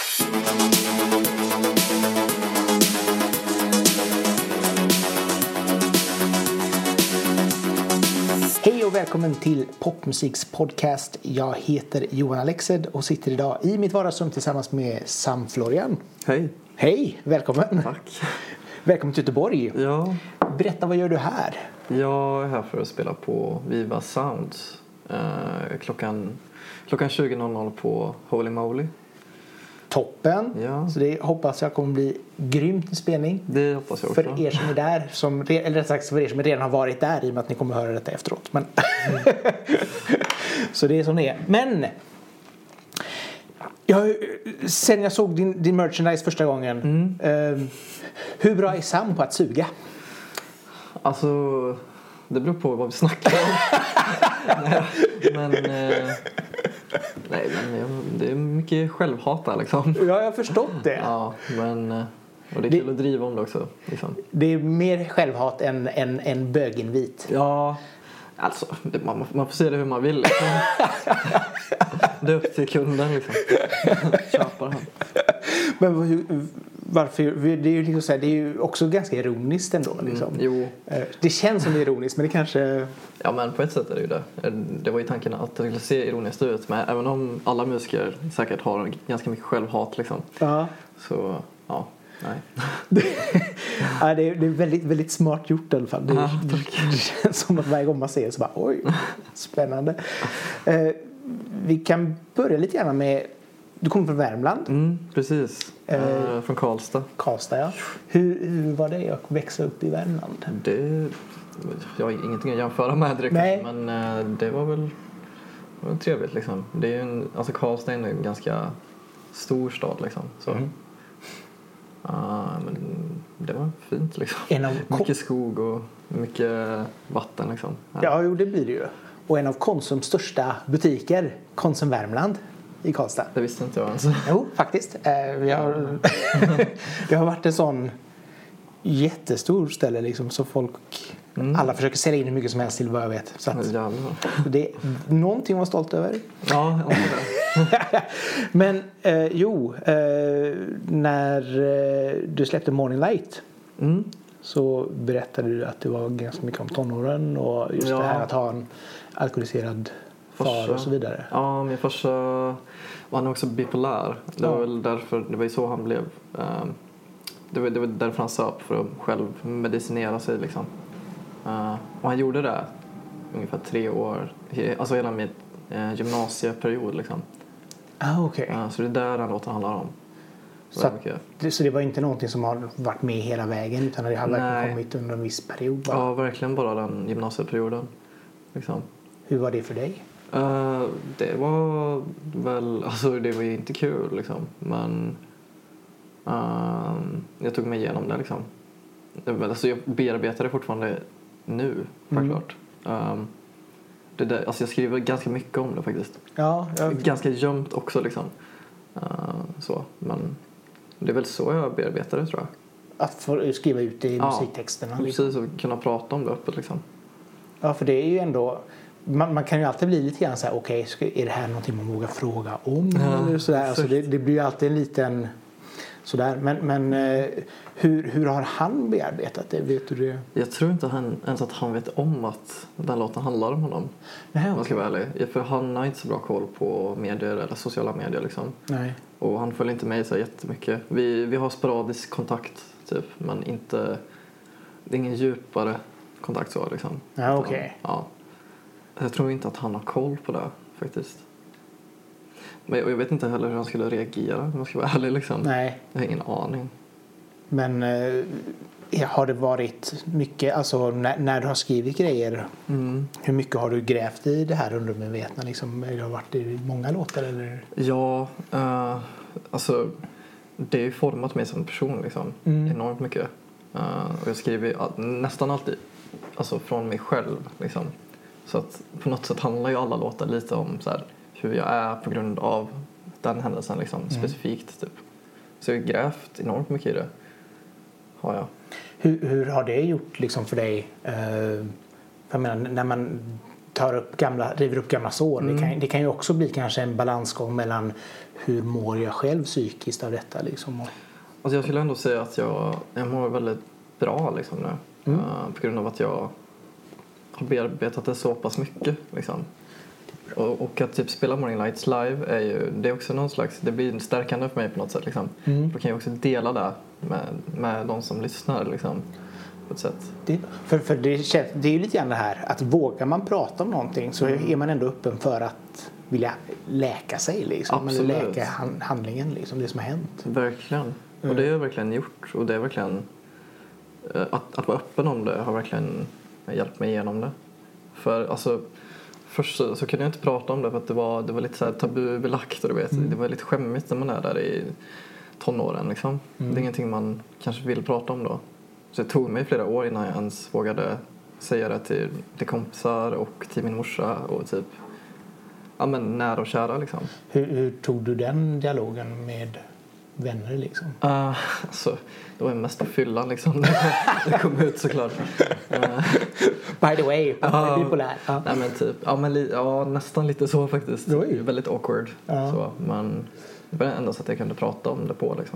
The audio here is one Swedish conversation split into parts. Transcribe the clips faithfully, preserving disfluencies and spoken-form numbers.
Hej och välkommen till Popmusiks podcast. Jag heter Johan Alexed och sitter idag i mitt vardagsrum tillsammans med Sam Florian. Hej. Hej, välkommen. Tack. Välkommen till Göteborg. Ja. Berätta, vad gör du här? Jag är här för att spela på Viva Sound eh, klockan, klockan tjugo noll noll på Holy Moly. Toppen. Ja. Så det hoppas jag kommer bli grymt spelning. Det hoppas jag också. För er som är där, som, eller rätt sagt för er som redan har varit där, i och med att ni kommer höra detta efteråt. Men mm. Så det är som det är. Men jag, sen jag såg din, din merchandise första gången, Mm. eh, hur bra är Sam på att suga? Alltså, det beror på vad vi snackar om. nej, men, eh, nej, men jag, det är mycket självhat där liksom. Ja, jag har förstått det. Ja, men... eh, Och det är Det- kul att driva om det också. Liksom. Det är mer självhat än, än, än böginvit. Ja, alltså, det, man, man får se det hur man vill. Liksom. Det är upp till kunden liksom. Köparen. Men hur, varför? Det är ju liksom så här, det är ju också ganska ironiskt ändå. Liksom. Mm, jo. Eh, Det känns som det är ironiskt, men det kanske... Ja, men på ett sätt är det ju det. Det var ju tanken att det skulle se ironiskt ut. Men även om alla musiker säkert har ganska mycket självhat liksom. Ja. Så, ja, nej. Ja, det är, det är väldigt, väldigt smart gjort i alla fall. Det, Ja, det, det känns som att varje gång man ser det så bara, oj, spännande. Eh, vi kan börja lite grann med, du kommer från Värmland, Mm, precis. Eh. Eh, från Karlstad. Karlstad, ja. Hur, hur var det att växa upp i Värmland? Det... Jag har ingenting att jämföra med direkt. Nej. Men eh, det var väl, det var trevligt liksom. Det är ju en, alltså Karlstad är en ganska stor stad liksom. Så. Mm. Ja, men det var fint liksom. En av Mycket skog och mycket vatten liksom. Ja, jo, det blir det ju. Och en av Konsums största butiker, Konsum Värmland i Karlstad. Det visste inte jag ens. Jo, faktiskt. Eh, vi har, det har varit en sån jättestor ställe liksom, så folk, Mm. alla försöker sälja in hur mycket som helst till vad jag vet. Så att Jävlar. det är någonting att vara stolt över. Ja, jag det. Men eh, jo, eh, när eh, du släppte Morning Light Mm. så berättade du att det var ganska mycket om tonåren och just Ja. det här att ha en alkoholiserad far Farsa. och så vidare. Ja, min farsa var han också bipolär. Det var Ja. väl därför, det var ju så han blev. eh, Det var, det var därför han söp, för att själv medicinera sig liksom. Eh, och han gjorde det ungefär tre år, he- alltså hela min eh, gymnasieperiod liksom. Ah, okej. Eh, så det är där den låten handlar om. Så, Väldigt att, mycket. det, så det var inte någonting som har varit med hela vägen, utan det har verkligen Nej. kommit under en viss period bara. Ja, verkligen bara den gymnasieperioden liksom. Hur var det för dig? Eh, det var väl, alltså det var ju inte kul liksom, men ehm, jag tog mig igenom det liksom. Det var- Alltså jag bearbetar det fortfarande nu, självklart. Ehm, det där, alltså jag skriver ganska mycket om det faktiskt. Ja, jag, Ganska gömt också liksom. Ehm, så, men det är väl så jag bearbetar det, tror jag. att få skriva ut det i Ja, musiktexterna. Liksom. Precis, och kunna prata om det öppet liksom. Ja, för det är ju ändå... Man, man kan ju alltid bli lite grann så här, okej, okay, är det här någonting man vågar fråga om? Ja, eller sådär. Alltså exakt. det, det blir ju alltid en liten... Sådär. Men, men eh, hur, hur har han bearbetat det? Vet du det? Jag tror inte han, ens att han vet om att den låten handlar om honom. Nej, Om man ska okej. vara ärlig. För han har inte så bra koll på medier eller sociala medier liksom. Nej. Och han följer inte mig så jättemycket. Vi, vi har sporadisk kontakt typ, men inte... Det är ingen djupare kontakt så liksom. Ja, okej. Ja. Jag tror inte att han har koll på det faktiskt. Men och jag vet inte heller hur han skulle reagera, om man ska vara ärlig liksom. Nej. Jag har ingen aning. Men eh, har det varit mycket, alltså när, när du har skrivit grejer, Mm. hur mycket har du grävt i det här undermedvetna? Liksom, har det varit i många låtar eller? Ja, eh, alltså det är ju format mig som person liksom. Mm. Enormt mycket. Eh, och jag skriver all- nästan alltid alltså från mig själv liksom. Så att på något sätt handlar ju alla låtar lite om så här, hur jag är på grund av den händelsen liksom, Mm. specifikt typ. Så jag har grävt enormt mycket i det. Har jag. Hur, hur har det gjort liksom för dig? Eh, jag menar, när man tar upp gamla, river upp gamla sår. Mm. Det, kan, det kan ju också bli kanske en balansgång mellan hur mår jag själv psykiskt av detta liksom. Alltså jag skulle ändå säga att jag, jag mår väldigt bra liksom nu. Mm. Uh, på grund av att jag har bearbetat det så pass mycket liksom. Och, och att typ spela Morning Lights live är ju, det är också någon slags, det blir stärkande för mig på något sätt liksom. Mm. Då kan jag också dela det med, med de som lyssnar liksom. På ett sätt. Det, för för det, känns, det är ju lite grann det här att vågar man prata om någonting så mm. är man ändå öppen för att vilja läka sig liksom. Eller läka hand, handlingen liksom, det som har hänt. Verkligen. Mm. Och det har jag verkligen gjort. Och det är verkligen att, att vara öppen om det har verkligen hjälpt mig igenom det. För alltså först så, så kunde jag inte prata om det för att det var, det var lite så här tabubelagt och du vet. Mm. Det var lite skämmigt när man är där i tonåren liksom. Mm. Det är ingenting man kanske vill prata om då. Så det tog mig flera år innan jag ens vågade säga det till, till kompisar och till min morsa och typ ja, men nära och kära liksom. Hur, hur tog du den dialogen med vänner liksom? Uh, alltså, det var mest på fyllan liksom. Det kom ut såklart. Uh, By the way, uh, bipolär. Uh. Nej men typ, ja, men li, ja, nästan lite så faktiskt. Det är väldigt awkward. Uh. Så, men det var ändå så att jag kunde prata om det på liksom.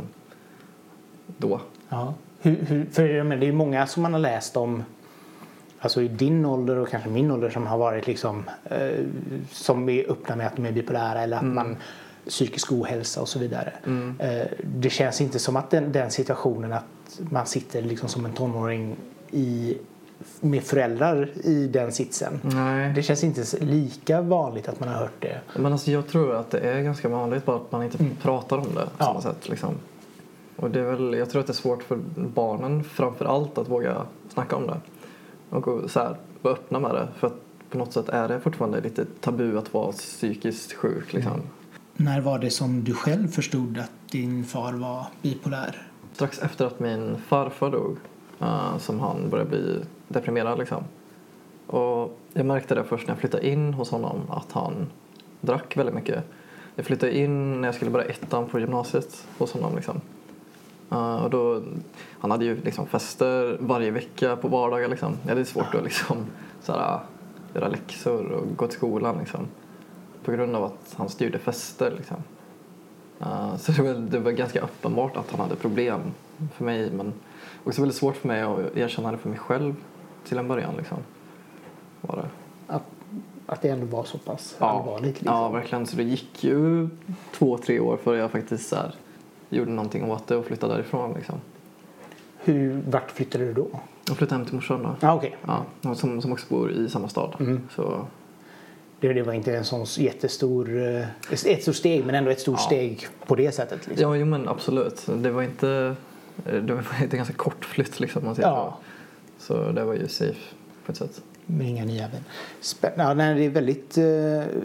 Då. Ja. Hur, hur, för det är ju många som man har läst om, alltså i din ålder och kanske min ålder, som har varit liksom eh, som är öppna med att de är bipolära eller att mm. man psykisk ohälsa och så vidare. Mm. Eh, det känns inte som att den, den situationen att man sitter liksom som en tonåring i, med föräldrar i den sitsen. Nej. Det känns inte lika vanligt att man har hört det. Men alltså jag tror att det är ganska vanligt bara att man inte mm. pratar om det på ja. samma sätt liksom. Och det är väl, jag tror att det är svårt för barnen framför allt att våga snacka om det. Och så här, vara öppna med det. För att på något sätt är det fortfarande lite tabu att vara psykiskt sjuk. Liksom. Mm. När var det som du själv förstod att din far var bipolär? Strax efter att min farfar dog. Uh, som han började bli deprimerad. Liksom. Och jag märkte det först när jag flyttade in hos honom att han drack väldigt mycket. Jag flyttade in när jag skulle börja ettan på gymnasiet hos honom liksom. Uh, och då, han hade ju liksom fester varje vecka på vardagar liksom. Jag hade svårt att liksom, såhär, göra läxor och gå till skolan liksom. På grund av att han styrde fester liksom. Uh, så det var, det var ganska uppenbart att han hade problem för mig. Men också väldigt svårt för mig att erkänna det för mig själv till en början liksom. Var det. Att, att det ändå var så pass ja. allvarligt liksom. Ja, verkligen. Så det gick ju två, tre år för jag faktiskt så här, gjorde någonting åt det och flyttade därifrån liksom. Hur, vart flyttade du då? Jag flyttade hem till morsan då. Ah, okay. Ja, som, som också bor i samma stad. Mm. Så. Det, det var inte en sån jättestor, ett stort steg, men ändå ett stort ja. steg på det sättet. Liksom. Ja, jo, men absolut. Det var inte, det var inte ganska kort flytt liksom. Man ja. så. så det var ju safe på ett sätt. Med inga nya vänner. Spännande. Ja, det är väldigt, uh,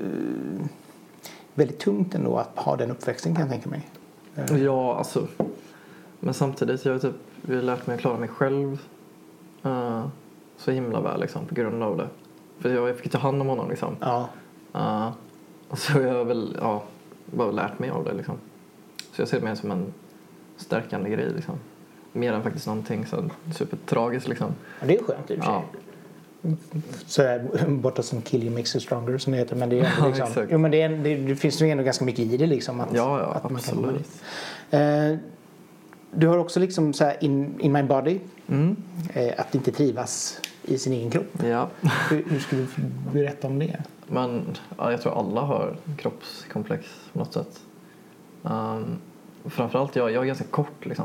väldigt tungt ändå att ha den uppväxten, kan jag tänka mig. Ja, alltså. Men samtidigt, jag har typ jag har lärt mig att klara mig själv uh, så himla väl liksom, på grund av det. För jag fick ta hand om honom liksom. Ja. Uh, så jag har väl ja, bara lärt mig av det liksom. Så jag ser det mer som en stärkande grej liksom. Mer än faktiskt någonting så supertragiskt liksom. Ja, det är skönt i och för sig. Ja. Så där, borta som kill you makes you stronger som det heter, men det är ändå liksom, ja, jo, men det, är, det, det finns ju ändå ganska mycket i det liksom att, ja, ja, att man absolut. Kan uh, du har också liksom så här in, in my body mm. uh, att inte trivas i sin egen kropp. Ja. hur, hur skulle du berätta om det? Men ja, jag tror alla har kroppskomplex på något sätt. Um, framförallt jag, jag är ganska kort liksom.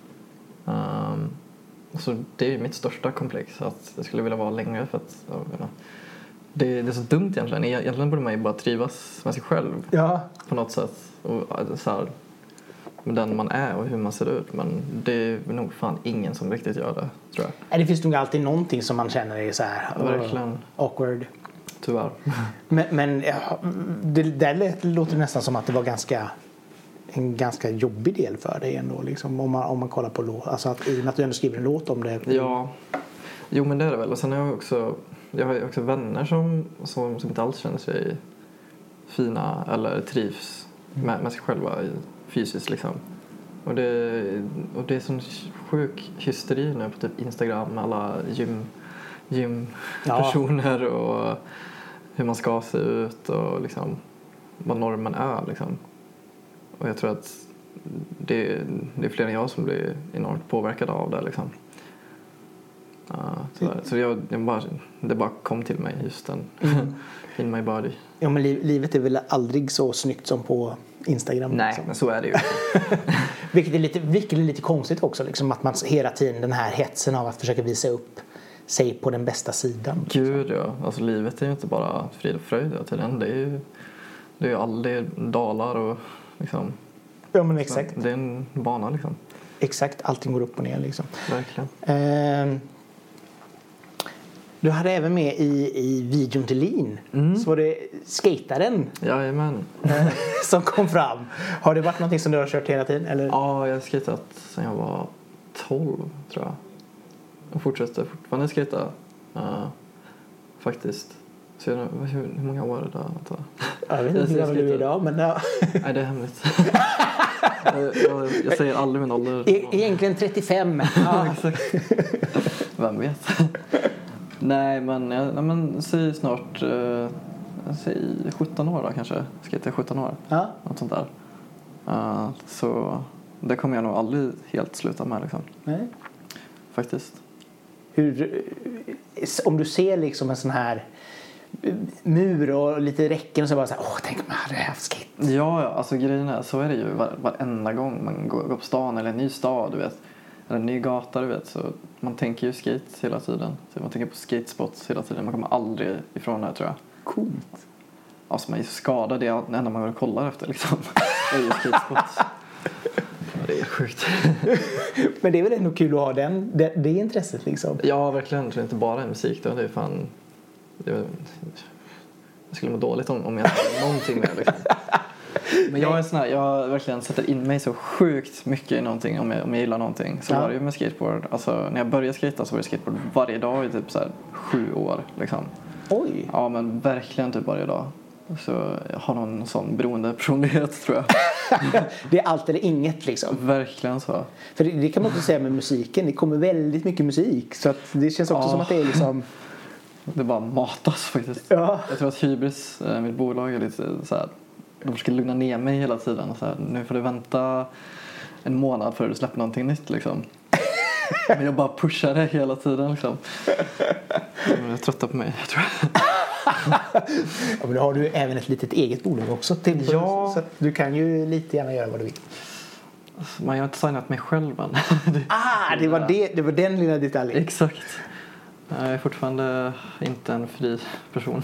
Um, så det är ju mitt största komplex att jag skulle vilja vara längre för att jag menar, det, det är så dumt egentligen. Egentligen borde man ju bara trivas med sig själv ja. på något sätt och så här, med den man är och hur man ser ut, men det är nog fan ingen som riktigt gör det, tror jag. Nej, det finns nog alltid någonting som man känner är så här verkligen awkward. Tyvärr. Men, men ja, det där låter nästan som att det var ganska en ganska jobbig del för dig ändå liksom, om man om man kollar på låt, alltså att i och med att du ändå skriver en låt om det. Ja. Jo, men det är det väl. Och sen har jag också jag har också vänner som som, som inte alls känner sig fina eller trivs mm. med, med sig själva fysiskt liksom. Och det och det är sån sjuk hysteri nu på typ Instagram med alla gym gym personer ja. och hur man ska se ut och liksom vad normen är liksom. Och jag tror att det, det är fler än jag som blir enormt påverkade av det liksom. Uh, så så jag, jag bara, det bara kom till mig just den mm. in my body. Ja, men li- livet är väl aldrig så snyggt som på Instagram. Nej, liksom. men så är det ju. vilket, är lite, vilket är lite konstigt också liksom, att man hela tiden den här hetsen av att försöka visa upp sig på den bästa sidan. Gud ja, alltså livet är ju inte bara frid och fröjd tydligen. Det är ju det är ju aldrig dalar och liksom. Ja, men exakt. Det är en bana liksom. Exakt, allting går upp och ner liksom. Verkligen. Eh, du hade även med i, i videon till Lean mm. så var det skataren. Jajamän. som kom fram. Har det varit någonting som du har kört hela tiden? Eller? Ja, jag har skatat sedan jag var tolv tror jag. Och fortsätter fortfarande skata. Uh, faktiskt. Så jag, hur, hur många år är det där? Jag vet inte hur gammal du är idag, men ja. Nej, det är hemligt. jag, jag, jag säger aldrig min ålder. E- egentligen trettiofem. Ja, exakt. Vem vet? nej, men, jag, nej, men säg snart uh, säg sjutton år då kanske. Skate sjutton år. Ja. Något sånt där. Uh, så det kommer jag nog aldrig helt sluta med liksom. Nej. Faktiskt. Hur, om du ser liksom en sån här mur och lite räcken och så bara så här, åh, tänk om jag hade haft skate. Ja, ja, alltså grejen är, så är det ju var, varenda gång man går, går på stan eller en ny stad, du vet. Eller en ny gata, du vet. Så man tänker ju skate hela tiden. Så man tänker på skatespots hela tiden. Man kommer aldrig ifrån det, tror jag. Coolt. Alltså man är så skadad, det är det enda man går och kollar efter liksom. Det är ju skatespots. Det är sjukt. Men det är väl ändå kul att ha den, det, det intresset liksom. Ja, verkligen. Det är inte bara musik då. Det är fan... Det är, jag skulle må dåligt om, om jag hade någonting med liksom. Men jag är sån här, jag verkligen sätter in mig så sjukt mycket i någonting om jag, om jag gillar någonting. Så ja. Var det ju med skateboard. Alltså när jag började skata så var det skateboard varje dag i typ så här sju år liksom. Oj. Ja, men verkligen typ varje dag. Så jag har någon sån beroende personlighet, tror jag. Det är allt eller inget liksom. Verkligen så. För det, det kan man också säga med musiken. Det kommer väldigt mycket musik. Så att det känns också ja. Som att det är liksom... Det bara matas faktiskt. Ja. Jag tror att Hybris, mitt bolag, är lite så här... De försöker lugna ner mig hela tiden. Och så här, nu får du vänta en månad för att du släpper någonting nytt liksom. Men jag bara pushar det hela tiden liksom. De är trötta på mig, jag tror jag. Ja, men då har du även ett litet eget bolag också till, ja. Så att du kan ju lite gärna göra vad du vill. Alltså, man har inte signat mig själv än. Ah, det var, det, det var den lilla detaljen. Exakt. Jag är fortfarande inte en fri person.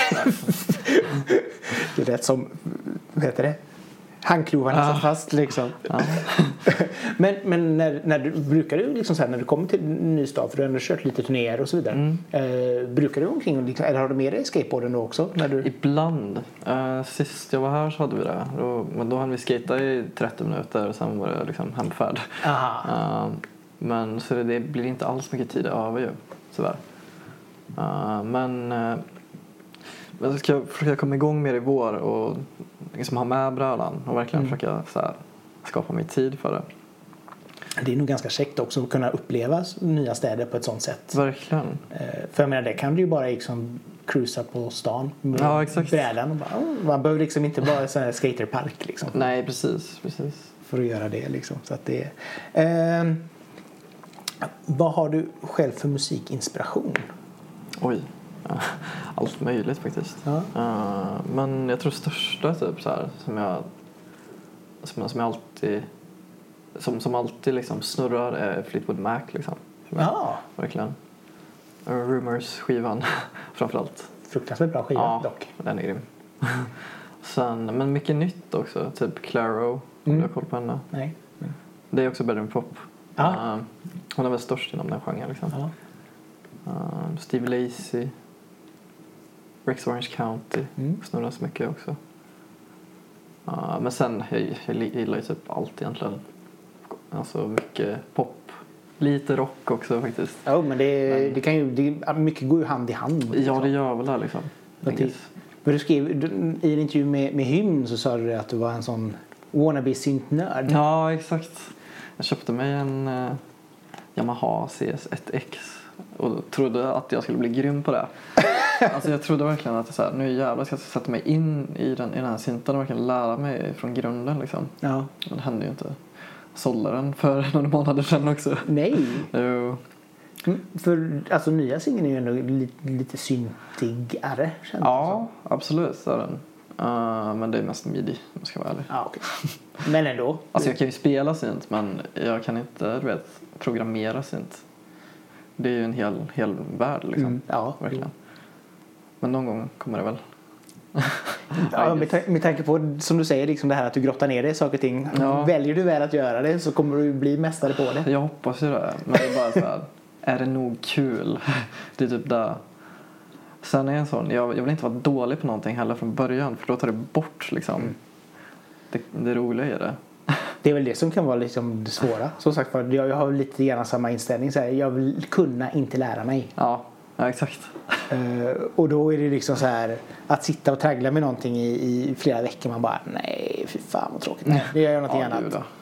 Det är rätt som, vad heter det? Handklovarna ah. satt fast liksom. Ah. men men när, när du, brukar du liksom så här, när du kommer till en ny stad, för du har ändå kört lite turnéer och så vidare. Mm. Eh, brukar du omkring liksom, eller har du med dig skateboarden då också? När du... Ibland. Uh, sist jag var här så hade vi det. Då, men då hann vi skata i trettio minuter och sen var det liksom hemfärd. Uh, men så det, det blir inte alls mycket tid över ju. Sådär. Uh, men uh, jag ska försöka komma igång mer i vår och liksom ha med brädan och verkligen mm. försöka så här, skapa mig tid för det. Det är nog ganska käckt också att kunna uppleva nya städer på ett sånt sätt. Verkligen. Uh, för jag menar, det kan du ju bara liksom cruisa på stan med ja, exakt. brädan och bara, oh, man behöver liksom inte bara en sån här skaterpark liksom. Nej, precis, precis. För att göra det liksom. Så att det är... Uh, vad har du själv för musikinspiration? Oj, allt möjligt faktiskt. Ja. Uh, men jag tror största typ så här som jag som, som jag alltid som som alltid liksom snurrar är Fleetwood Mac liksom. Ja, verkligen. Uh, Rumors skivan framförallt. Fruktansvärt bra skiva ja, dock. Den är grym. Sen men mycket nytt också, typ Claro, om mm. du har koll på henne. Nej. Mm. Det är också bedroom pop. Ja. Uh, hon är väl störst inom den genren liksom. Ja. Uh, Steve Lacy, Rex Orange County mm. snurras mycket också. Uh, men sen jag, jag gillar ju typ allt egentligen. Alltså mycket pop, lite rock också faktiskt. Ja, men det, men, det kan ju det, mycket går ju hand i hand. Ja, det gör väl det liksom. Men du skrev du, i en intervju med med Hymn så sa du att du var en sån wannabe synt-nörd. Ja, exakt. Jag köpte mig en uh, Yamaha C S ett X och trodde att jag skulle bli grym på det. Alltså jag trodde verkligen att så här, nu jävlar ska jag sätta mig in i den, i den här synten och verkligen lära mig från grunden liksom. Ja. Men det hände ju inte. Sålde den för några månader sedan också. Nej. Jo. Mm, för alltså nya singeln är ju ändå lite, lite syntigare. Känns Ja, absolut så är den. Uh, men det är mest midi, om jag ska vara ärlig. Ja, okay. Men ändå. Alltså jag kan ju spela synt, men jag kan inte, du vet, programmera synt. Det är ju en hel, hel värld liksom. Mm, ja, verkligen. Men någon gång kommer det väl. Ja, med, ta- med tanke på, som du säger, liksom det här att du grottar ner dig i saker och ting. Ja. Väljer du väl att göra det så kommer du bli mästare på det. Jag hoppas ju det. Men det är bara så här, är det nog kul? Det är typ där. Sen är jag en sån, jag, jag vill inte vara dålig på någonting heller från början. För då tar det bort liksom Mm. det, det roliga i det. Det är väl det som kan vara liksom det svåra. Som sagt, för jag, jag har lite grann samma inställning. Så här, jag vill kunna inte lära mig. Ja, ja exakt. Uh, och då är det liksom så här att sitta och traggla med någonting i, i flera veckor. Man bara, nej, fy fan vad tråkigt. Nej, det gör jag något Ja, annat. gud, ja.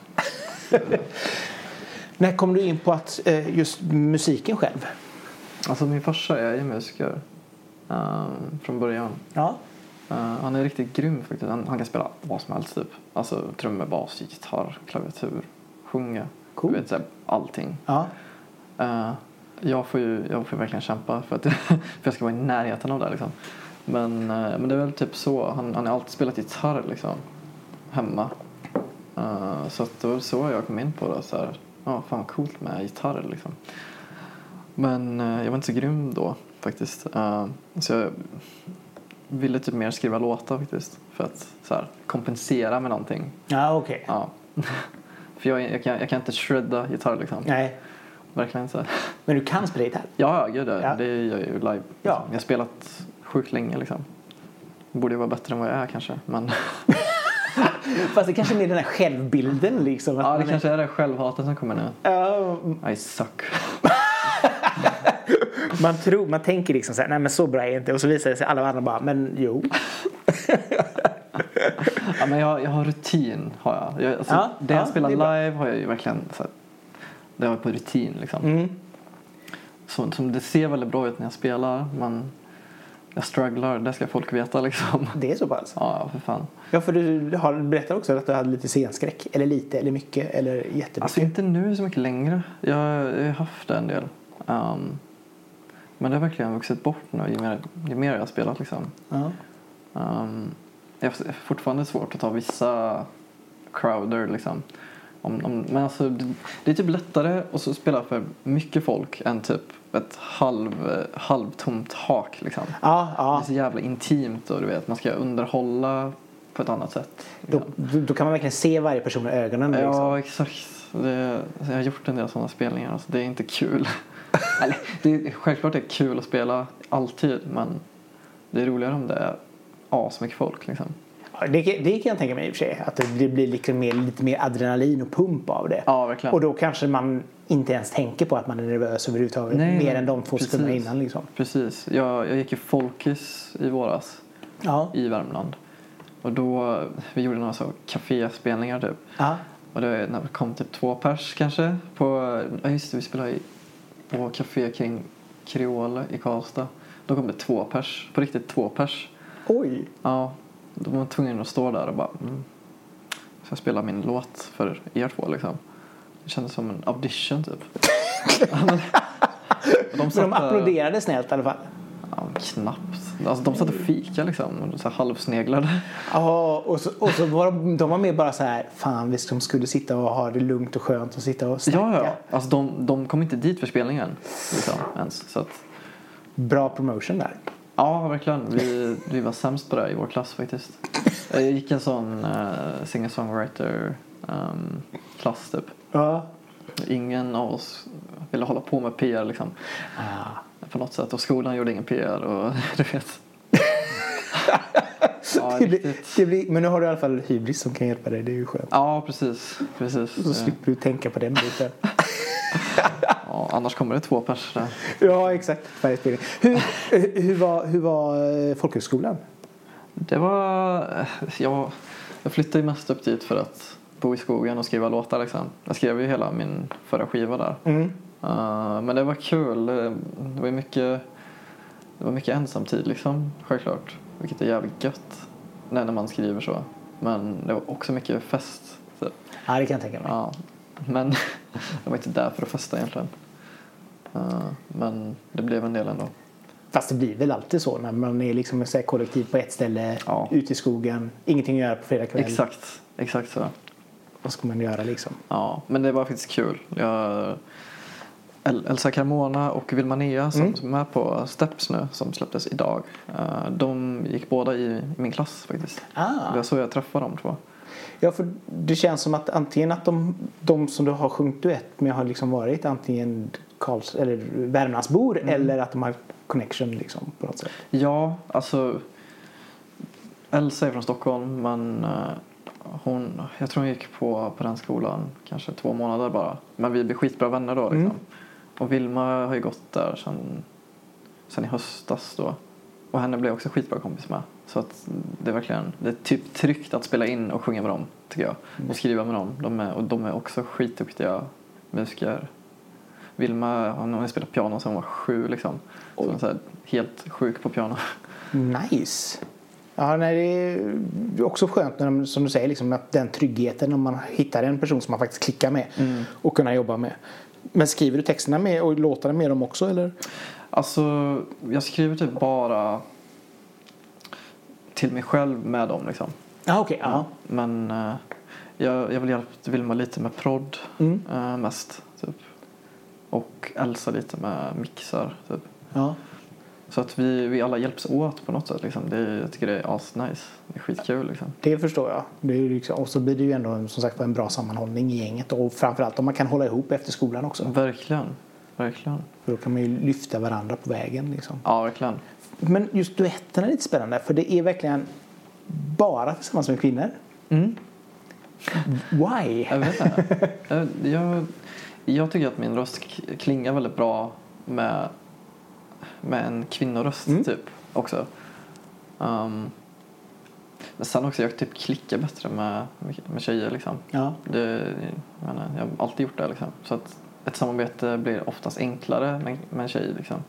När kom du in på att uh, just musiken själv? Alltså min farsa är ju musiker. Um, från början. Ja. Uh, han är riktigt grym faktiskt. Han, han kan spela vad som helst typ. Alltså trummor, bas, gitarr, klaviatur, sjunga. Cool. Du vet, så här, allting. Ja. Uh, jag får ju jag får verkligen kämpa för att för jag ska vara i närheten av det liksom. Men, uh, men det är väl typ så. Han, han har alltid spelat gitarr liksom. Hemma. Uh, så att det var så jag kom in på det. Så här, ja, fan coolt med gitarr liksom. Men uh, jag var inte så grym då faktiskt. Uh, så jag ville typ mer skriva låtar faktiskt. För att så här, kompensera med någonting. Ja, okej. Okay. Ja. För jag, jag, kan, jag kan inte shredda gitarr liksom. Nej. Verkligen inte. Men du kan spela gitarr? Ja, ja, gud, Ja. det gör jag ju live. Liksom. Ja. Jag har spelat sjukt länge liksom. Borde ju vara bättre än vad jag är kanske. Men Fast det kanske är den här självbilden liksom. Att ja, det man är... kanske är det självhatet som kommer nu. Ja. I suck. Man tror, man tänker liksom så här, nej men så bra är jag inte. Och så visar det sig alla andra bara, men jo. Ja, men jag, jag har rutin, har jag. jag alltså, Ja, det ja, jag spelar det är bra. live har jag ju verkligen så här, det har jag på rutin liksom. Mm. Så, som det ser väldigt bra ut när jag spelar, men jag strugglar, det ska folk veta liksom. Det är så pass. Ja, för fan. Ja, för du har berättat också att du hade lite scenskräck. Eller lite, eller mycket, eller jättemycket. Alltså inte nu så mycket längre. Jag, jag har haft det en del. Um, men det har verkligen vuxit bort nu ju mer, ju mer jag har spelat liksom. Ja. Um, jag har fortfarande svårt att ta vissa crowder liksom. Om, om, men alltså det, det är typ lättare att så spela för mycket folk än typ ett halv, halvtomt hak liksom. Ja, Det är ja. så jävla intimt och du vet, man ska underhålla på ett annat sätt. Då, då kan man verkligen se varje person i ögonen. Liksom. Ja, exakt. Det, jag har gjort en del sådana spelningar. Alltså, det är inte kul. Eller, det är, självklart är det kul att spela alltid. Men det är roligare om det är asmycket folk. Liksom. Ja, det, det kan jag tänka mig i och för sig. Att det blir liksom mer, lite mer adrenalin och pump av det. Ja, verkligen. Och då kanske man inte ens tänker på att man är nervös överhuvudtaget. Nej, mer än de två precis. sekunderna innan. Liksom. Precis. Jag, jag gick ju Folkis i våras. Ja. I Värmland. Och då, vi gjorde några så kaféspelningar typ. Ja. Och det, när det kom typ två pers kanske. På, ja just det, vi spelade i, på café kring Kreole i Karlstad. Då kom det två pers. På riktigt två pers. Oj. Ja, då var man tvungen att stå där och bara mm. Så jag spelar min låt för er två liksom. Det kändes som en audition typ. de Men de applåderade snällt i alla fall. Ja, knappt. Alltså de satt och fika liksom. Och så här halvsneglade. Ja, och så, och så var de, de var med bara så här, fan visst de skulle sitta och ha det lugnt och skönt och sitta och snacka. Ja, ja. Alltså de, de kom inte dit för spelningen liksom, ens. Så att, bra promotion där. ja, verkligen. Vi, vi var sämst på det i vår klass faktiskt. Jag gick en sån uh, singer-songwriter um, klass typ. Ja. Ingen av oss ville hålla på med P R liksom. Ah. På något sätt. Och skolan gjorde ingen P R och du vet. Ja, det blir, riktigt. det blir, men nu har du i alla fall hybris som kan hjälpa dig. Det är ju skönt. Ja, precis. precis. Så slipper du tänka på den biten. Ja, annars kommer det två pers där. Ja, exakt. Färgspelning. Hur, hur, var, hur var folkhögskolan? Det var... Jag, jag flyttade ju mest upp dit för att bo i skogen och skriva låtar liksom. Jag skrev ju hela min förra skiva där. Mm. Uh, men det var kul. Det var mycket det var mycket ensamtid liksom, självklart. Vilket är jävligt gött när, när man skriver så. Men det var också mycket fest. Så. Ja, det kan jag tänka mig. Ja, men jag var inte där för att festa egentligen. Uh, men det blev en del ändå. Fast det blir väl alltid så när man är liksom ett kollektiv på ett ställe, ja. ute i skogen, ingenting att göra på fredag kväll. Exakt, exakt så. Vad ska man göra liksom? Ja, men det var faktiskt kul. Jag, Elsa Carmona och Vilma Nea som, mm. som är med på Steps nu, som släpptes idag. Uh, de gick båda i, i min klass faktiskt. Ah. Det var så jag träffade dem, tror jag. Ja, för det känns som att antingen att de, de som du har sjungit duett med har liksom varit antingen Karls, eller Värmlandsbor mm. eller att de har connection liksom på något sätt. Ja, alltså Elsa är från Stockholm, men uh, hon, jag tror hon gick på, på den skolan kanske två månader bara. Men vi blev skitbra vänner då liksom. Mm. Och Vilma har ju gått där sen, sen i höstas då. Och henne blev också skitbra kompis med. Så att det är verkligen, det är typ tryggt att spela in och sjunga med dem, tycker jag. Mm. Och skriva med dem. De är, och de är också skitduktiga musiker. Vilma, hon har spelat piano sedan hon var sju liksom. Så hon är så här, helt sjuk på piano. Nice. Ja, nej, det är också skönt när de, som du säger, liksom, att den tryggheten om man hittar en person som man faktiskt klickar med mm. och kunna jobba med. Men skriver du texterna med och låtarna med dem också, eller? Alltså, jag skriver typ bara till mig själv med dem liksom. Ah, okej. Okay, ja, men uh, jag, jag vill hjälpa Vilma lite med prod mm. uh, mest typ. Och Elsa lite med mixar typ. Ja. Så att vi, vi alla hjälps åt på något sätt liksom. Det, jag tycker det är asnice. Det är skitkul liksom. Det förstår jag. Det är liksom, och så blir det ju ändå som sagt en bra sammanhållning i gänget. Och framförallt om man kan hålla ihop efter skolan också. Verkligen. Verkligen. För då kan man ju lyfta varandra på vägen liksom. Ja, verkligen. Men just duetterna är lite spännande. För det är verkligen bara tillsammans med kvinnor. Mm. Why? Jag vet inte. jag, jag tycker att min röst klingar väldigt bra med med en kvinnoröst mm. typ också. Um, men sen också jag typ klickar bättre med med tjejer liksom. Ja. Det, jag, menar, jag har alltid gjort det liksom. Så att ett samarbete blir oftast enklare med, med en tjej liksom.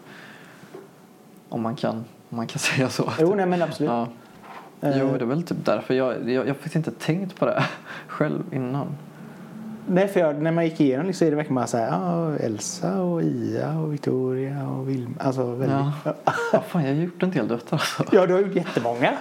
Om man kan om man kan säga så. Jo, nej, men absolut. Ja. Uh. Jo, det är väl typ därför jag jag, jag har faktiskt inte tänkt på det själv innan. Nej, för jag, när man gick igenom liksom, är det verkligen bara så här, ja, Elsa och Ia och Victoria och Vilma, alltså väldigt. Ja. Ja, fan, jag har gjort en del döttrar alltså. Ja, du har gjort jättemånga.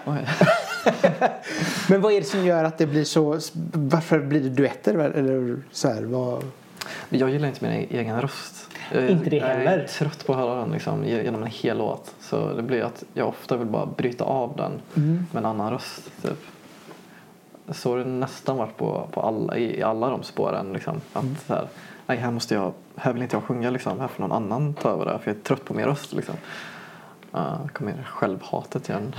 Men vad är det som gör att det blir så, varför blir det duetter eller så här, vad? Jag gillar inte min egen röst. Jag, inte det heller. Jag är trött på att höra den liksom, genom en hel låt. Så det blir att jag ofta vill bara bryta av den mm. med en annan röst typ. Så har det nästan varit på, på alla, i alla de spåren liksom, att mm. så här, nej, här måste jag, här vill inte jag sjunga liksom, här får någon annan ta över det för jag är trött på min röst liksom. Uh, kommer självhatet igen.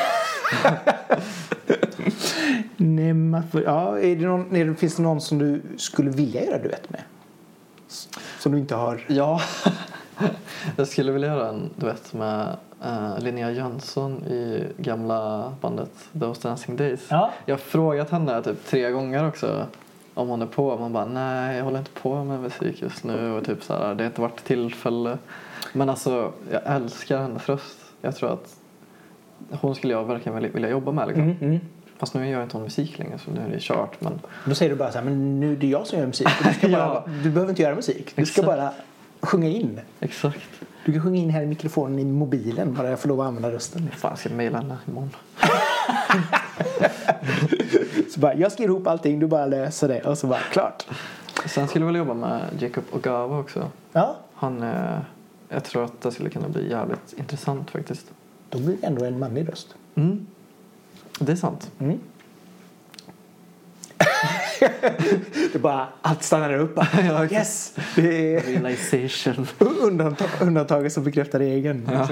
Nej, men, ja, är det någon, är det, finns det någon som du skulle vilja göra duett med? Som du inte har? Ja, jag skulle vilja göra en duett med Uh, Linnea Jönsson i gamla bandet Those Dancing Days. Ja. Jag har frågat henne typ tre gånger också om hon är på. Man bara, nej, jag håller inte på med musik just nu. Och typ så här, det har inte varit tillfälle. Men alltså, jag älskar hennes röst. Jag tror att hon skulle jag verkligen vilja jobba med liksom. Mm, mm. Fast nu gör inte hon musik längre, så nu är det kört. Men... Då säger du bara så här, men nu är det jag som gör musik. Du, ska bara, ja. Du behöver inte göra musik. Du ska Exakt. bara sjunga in. Exakt. Du kan sjunga in här i mikrofonen i mobilen, bara jag får lov att använda rösten. Fan, jag ska mejla henne imorgon. Så bara, jag skriver ihop allting, du bara läser det och så bara, klart. Sen skulle jag väl jobba med Jacob Ogawa också. Ja. Han, eh, jag tror att det skulle kunna bli jävligt intressant faktiskt. Då blir det ändå en manlig röst. Mm. Det är sant. Mm. Det bara, allt stannar upp. Ja, yes! Det är realization. Undantag, undantaget som bekräftar regeln. Ja.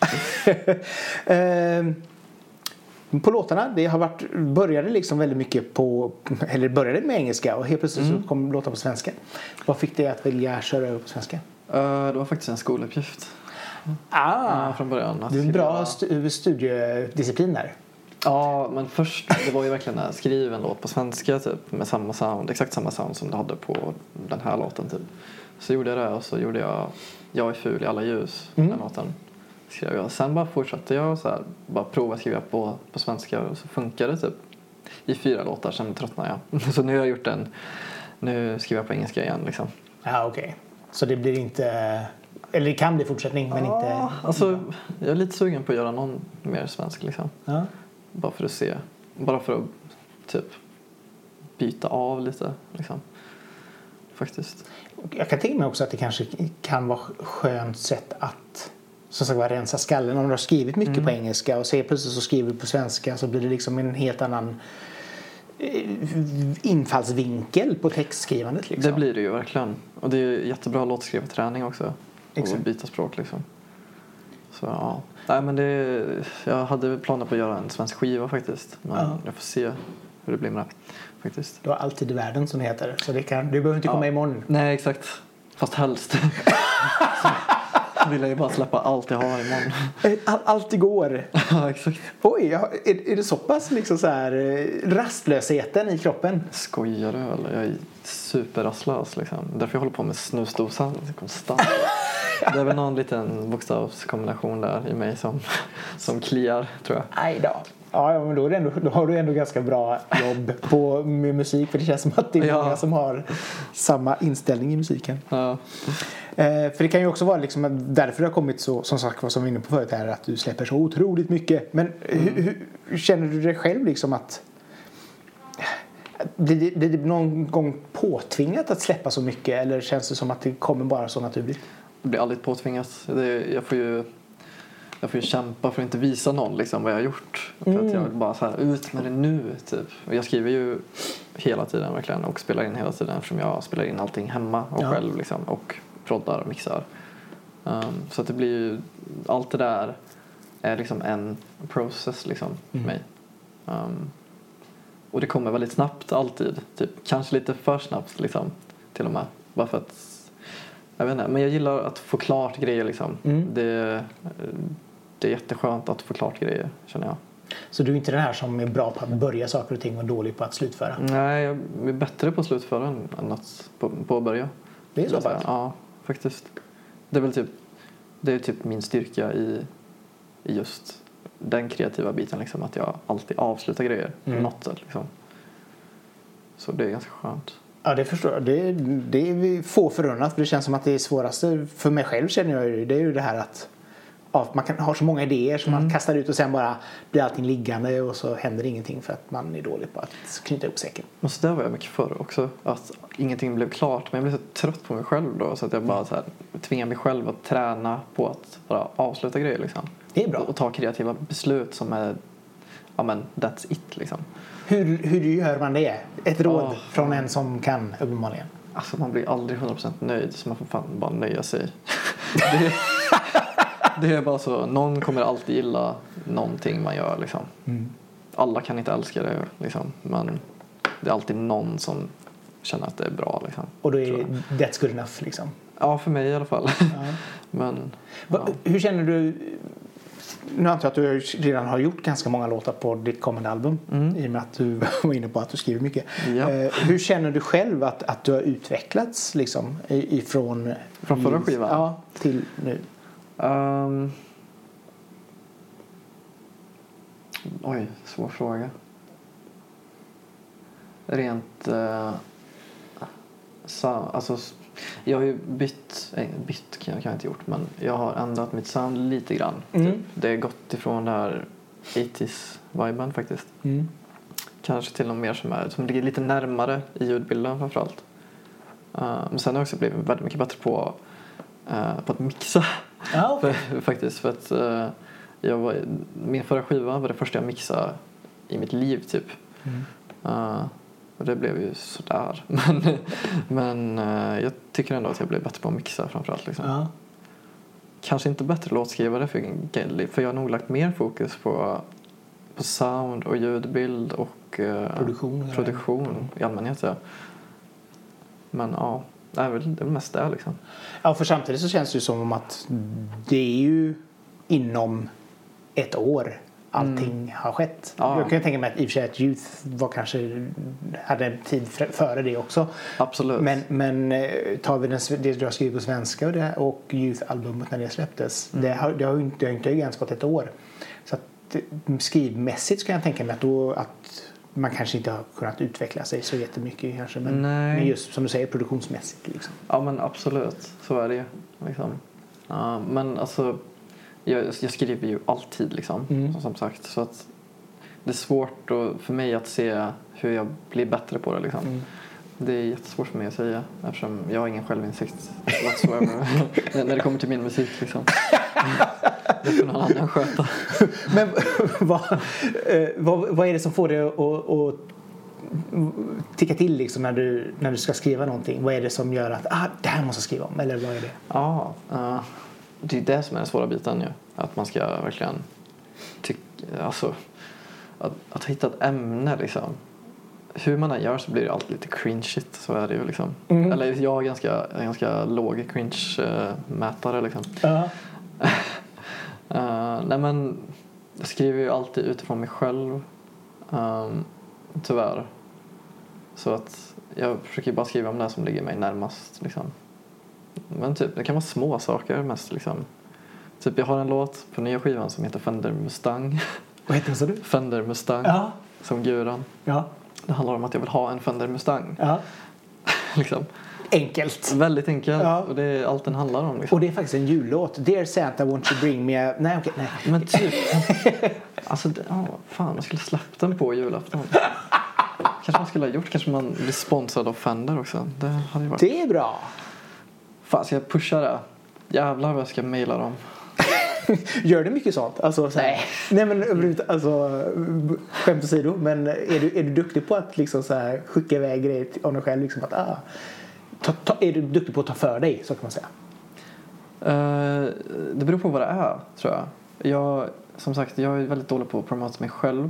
ehm, på låtarna, det har varit, började liksom väldigt mycket på, eller började med engelska och helt plötsligt mm. så kom låtar på svenska. Vad fick det att vilja köra över på svenska? Uh, det var faktiskt en skoluppgift. Ah, uh, från början. Du är en bra stu- studiedisciplin där. Ja, men först, det var ju verkligen att skriva en låt på svenska typ, med samma sound, exakt samma sound som du hade på den här låten typ. Så gjorde jag det och så gjorde jag Jag är ful i alla ljus, mm. den låten. skrev jag. Sen bara fortsatte jag och så här, bara prova skriva på, på svenska och så funkar det typ i fyra låtar, sen tröttnade jag. Så nu har jag gjort en, nu skriver jag på engelska igen liksom. Ja, okej. Okay. Så det blir inte, eller det kan bli fortsättning men ja, inte. Alltså jag är lite sugen på att göra någon mer svensk liksom. Ja. Bara för att se, bara för att typ byta av lite liksom. Faktiskt. Jag kan tänka mig också att det kanske kan vara skönt sätt att som sagt, rensa skallen. Om du har skrivit mycket mm. på engelska och ser plötsligt så skriver du på svenska, så blir det liksom en helt annan infallsvinkel på textskrivandet liksom. Det blir det ju verkligen. Och det är jättebra låtskrivarträning också. Exakt. Och byta språk liksom. Så ja. Nej, men det, jag hade planer på att göra en svensk skiva faktiskt. Men ja. Jag får se hur det blir med det. Faktiskt. Du har alltid i världen som det heter. Så det kan, du behöver inte komma ja. imorgon. Nej, exakt. Fast helst. Så vill jag ju bara släppa allt jag har imorgon. All, allt igår. Ja, exakt. Oj, är, är det så pass liksom så här rastlösheten i kroppen? Skojar du eller? Jag är superrastlös liksom. Därför jag håller på med snusdosan konstant. Det är väl någon liten bokstavskombination där i mig som, som kliar, tror jag. Aj då. Ja, men då, är det ändå, då har du ändå ganska bra jobb på, med musik. För det känns som att det är ja. många som har samma inställning i musiken. Ja. Eh, för det kan ju också vara liksom att därför det har kommit så, som sagt, vad som vi var inne på förut här, att du släpper så otroligt mycket. Men mm. hur, hur känner du dig själv liksom att blir det, blir det någon gång påtvingat att släppa så mycket, eller känns det som att det kommer bara så naturligt? Det blir aldrig påtvingat. Det, jag får ju jag får ju kämpa för att inte visa någon liksom vad jag har gjort. Mm. För att jag vill bara så här, ut med det nu typ. Och jag skriver ju hela tiden verkligen och spelar in hela tiden, eftersom jag spelar in allting hemma och ja. själv liksom, och proddar och mixar. Um, så att det blir ju, allt det där är liksom en process liksom för mm. mig. Um, och det kommer väldigt snabbt alltid. Typ, kanske lite för snabbt liksom, till och med. Bara för att, jag vet inte, men jag gillar att få klart grejer liksom. Mm. Det, det är jätteskönt att få klart grejer, känner jag. Så du är inte den här som är bra på att börja saker och ting och dålig på att slutföra? Nej, jag är bättre på att slutföra än att på, på att börja. Det är så faktiskt? Ja, faktiskt. Det är väl typ, det är typ min styrka i, i just den kreativa biten liksom, att jag alltid avslutar grejer mm. på något sätt liksom. Så det är ganska skönt. Ja, det förstår jag. Det, det är få förunnat, för det känns som att det är svåraste för mig själv, känner jag ju. Det är ju det här att ja, man kan ha så många idéer som mm. man kastar ut och sen bara blir allting liggande och så händer ingenting för att man är dålig på att knyta upp säcken. Men så där var jag mycket förr också, att ingenting blev klart, men jag blev så trött på mig själv då, så att jag bara så här, tvingar mig själv att träna på att bara avsluta grejer liksom. Det är bra. Och, och ta kreativa beslut som är, ja men that's it liksom. Hur, hur gör man det? Ett råd oh. från en som kan uppenbarligen. Alltså man blir aldrig hundra procent nöjd, så man får fan bara nöja sig. det, det är bara så, någon kommer alltid gilla någonting man gör liksom. Mm. Alla kan inte älska det liksom, men det är alltid någon som känner att det är bra liksom. Och då är det that's good enough liksom? Ja, för mig i alla fall. Ja. men, Va, ja. Hur känner du? Nu antar jag att du redan har gjort ganska många låtar på ditt kommande album. Mm. I och med att du var inne på att du skriver mycket. Ja. Eh, hur känner du själv att, att du har utvecklats liksom, ifrån Från förra skivan? Ja, till nu. Um, oj, svår fråga. Rent uh, så, alltså, jag har ju bytt, äh, bytt kan jag, kan jag inte gjort, men jag har ändrat mitt sound lite grann. Mm. Typ. Det har gått ifrån det här åttio-viben faktiskt. Mm. Kanske till något mer som, är, som ligger lite närmare i ljudbilden framförallt. Uh, men sen har jag också blivit väldigt mycket bättre på, uh, på att mixa. Ah, okay. för, faktiskt, för att uh, jag var, min förra skiva var det första jag mixade i mitt liv typ. Mm. Uh, och det blev ju sådär. Men, men uh, jag tycker ändå att jag blev bättre på att mixa framförallt. Liksom. Ja. Kanske inte bättre låtskrivare för, för jag har nog lagt mer fokus på, på sound och ljudbild och uh, produktion, produktion i allmänhet. Ja. Men ja, det är väl, det är väl mest det liksom. Ja, för samtidigt så känns det ju som att det är ju inom ett år allting mm. har skett. Ja. Jag kan tänka mig att i och för sig att Youth var kanske hade en tid före det också. Absolut. Men, men tar vi den, det du har skrivit på svenska och, det, och Youth-albumet när det släpptes, mm. det, har, det har ju inte, inte ens gått ett år. Så att skrivmässigt ska jag tänka mig att, då, att man kanske inte har kunnat utveckla sig så jättemycket kanske. Men, men just som du säger produktionsmässigt. Liksom. Ja men absolut, så är det ju. Liksom. Uh, men alltså jag, jag skriver ju alltid liksom, mm. som sagt. Så att det är svårt då, för mig att se hur jag blir bättre på det. Liksom. Mm. Det är jättesvårt för mig att säga eftersom jag har ingen självinsikt whatsoever när det kommer till min musik. Liksom. Det får någon annan sköta. Men vad, vad, vad är det som får dig att, att ticka till liksom, när, du, när du ska skriva någonting? Vad är det som gör att ah, det här måste jag skriva om? Eller vad är det? Ja, uh, det är det som är den svåra biten ju. Att man ska verkligen tycka, alltså att, att hitta ett ämne liksom. Hur man än gör så blir det alltid lite cringe-shit, så är det ju liksom. Mm. Eller jag är ganska, ganska låg cringe-mätare liksom. Uh-huh. uh, nej men jag skriver ju alltid utifrån mig själv. Um, tyvärr. Så att jag försöker bara skriva om det som ligger mig närmast liksom. Men typ, det kan vara små saker mest liksom. Typ jag har en låt på nya skivan som heter Fender Mustang. Vad heter den, sa du? Fender Mustang. Ja. Som guran. Ja. Det handlar om att jag vill ha en Fender Mustang. Ja. liksom. Enkelt. Väldigt enkelt. Ja. Och det är allt den handlar om. Liksom. Och det är faktiskt en jullåt. Dear Santa, won't you bring me a... Nej, okej, nej. Men typ... alltså, oh, fan, man skulle släppt den på julafton. Kanske man skulle ha gjort. Kanske man blir sponsrad av Fender också. Det hade ju varit... Det är bra. Fan, ska jag pusha det? Jävlar vad jag ska mejla dem. Gör det mycket sånt? Alltså, så här, nej. Nej, men överhuvudtaget, alltså, skämt åsido. Men är du, är du duktig på att liksom, så här, skicka iväg grejer om dig själv? Liksom, att, ah, ta, ta, är du duktig på att ta för dig, så kan man säga? Uh, det beror på vad det är, tror jag. jag. Som sagt, jag är väldigt dålig på att promota mig själv.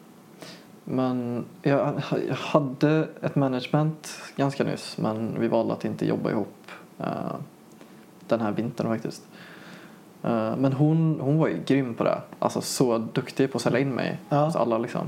Men jag, jag hade ett management ganska nyss. Men vi valde att inte jobba ihop uh, den här vintern faktiskt. Uh, men hon, hon var ju grym på det. Alltså så duktig på att sälja in mig. Ja. Hos alla liksom.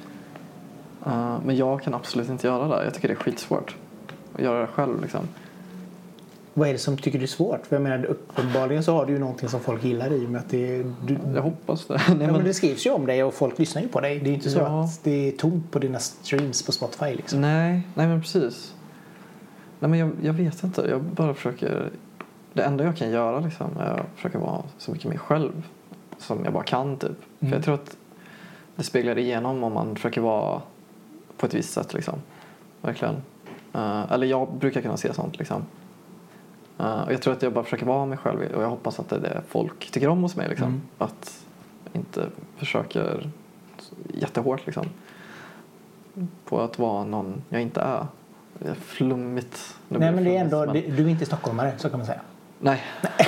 Uh, men jag kan absolut inte göra det. Jag tycker det är skitsvårt att göra det själv liksom. Vad är det som tycker det är svårt? För jag menar, uppenbarligen så har du ju någonting som folk gillar i med att det... Du, jag hoppas det. Nej, ja, men... men det skrivs ju om dig och folk lyssnar ju på dig. Det är ju inte så ja. Att det är tomt på dina streams på Spotify liksom. Nej, nej men precis. Nej men jag, jag vet inte. Jag bara försöker... Det enda jag kan göra liksom är att försöka vara så mycket mig själv som jag bara kan typ. Mm. För jag tror att det speglar igenom om man försöker vara på ett visst sätt liksom. Verkligen. Uh, eller jag brukar kunna se sånt liksom. Uh, och jag tror att jag bara försöker vara mig själv och jag hoppas att det är det folk tycker om hos mig liksom. Mm. Att jag inte försöker jättehårt liksom. På att vara någon jag inte är. Det är flummigt. Det Nej men det är ändå, men... du är inte stockholmare, så kan man säga. Nej.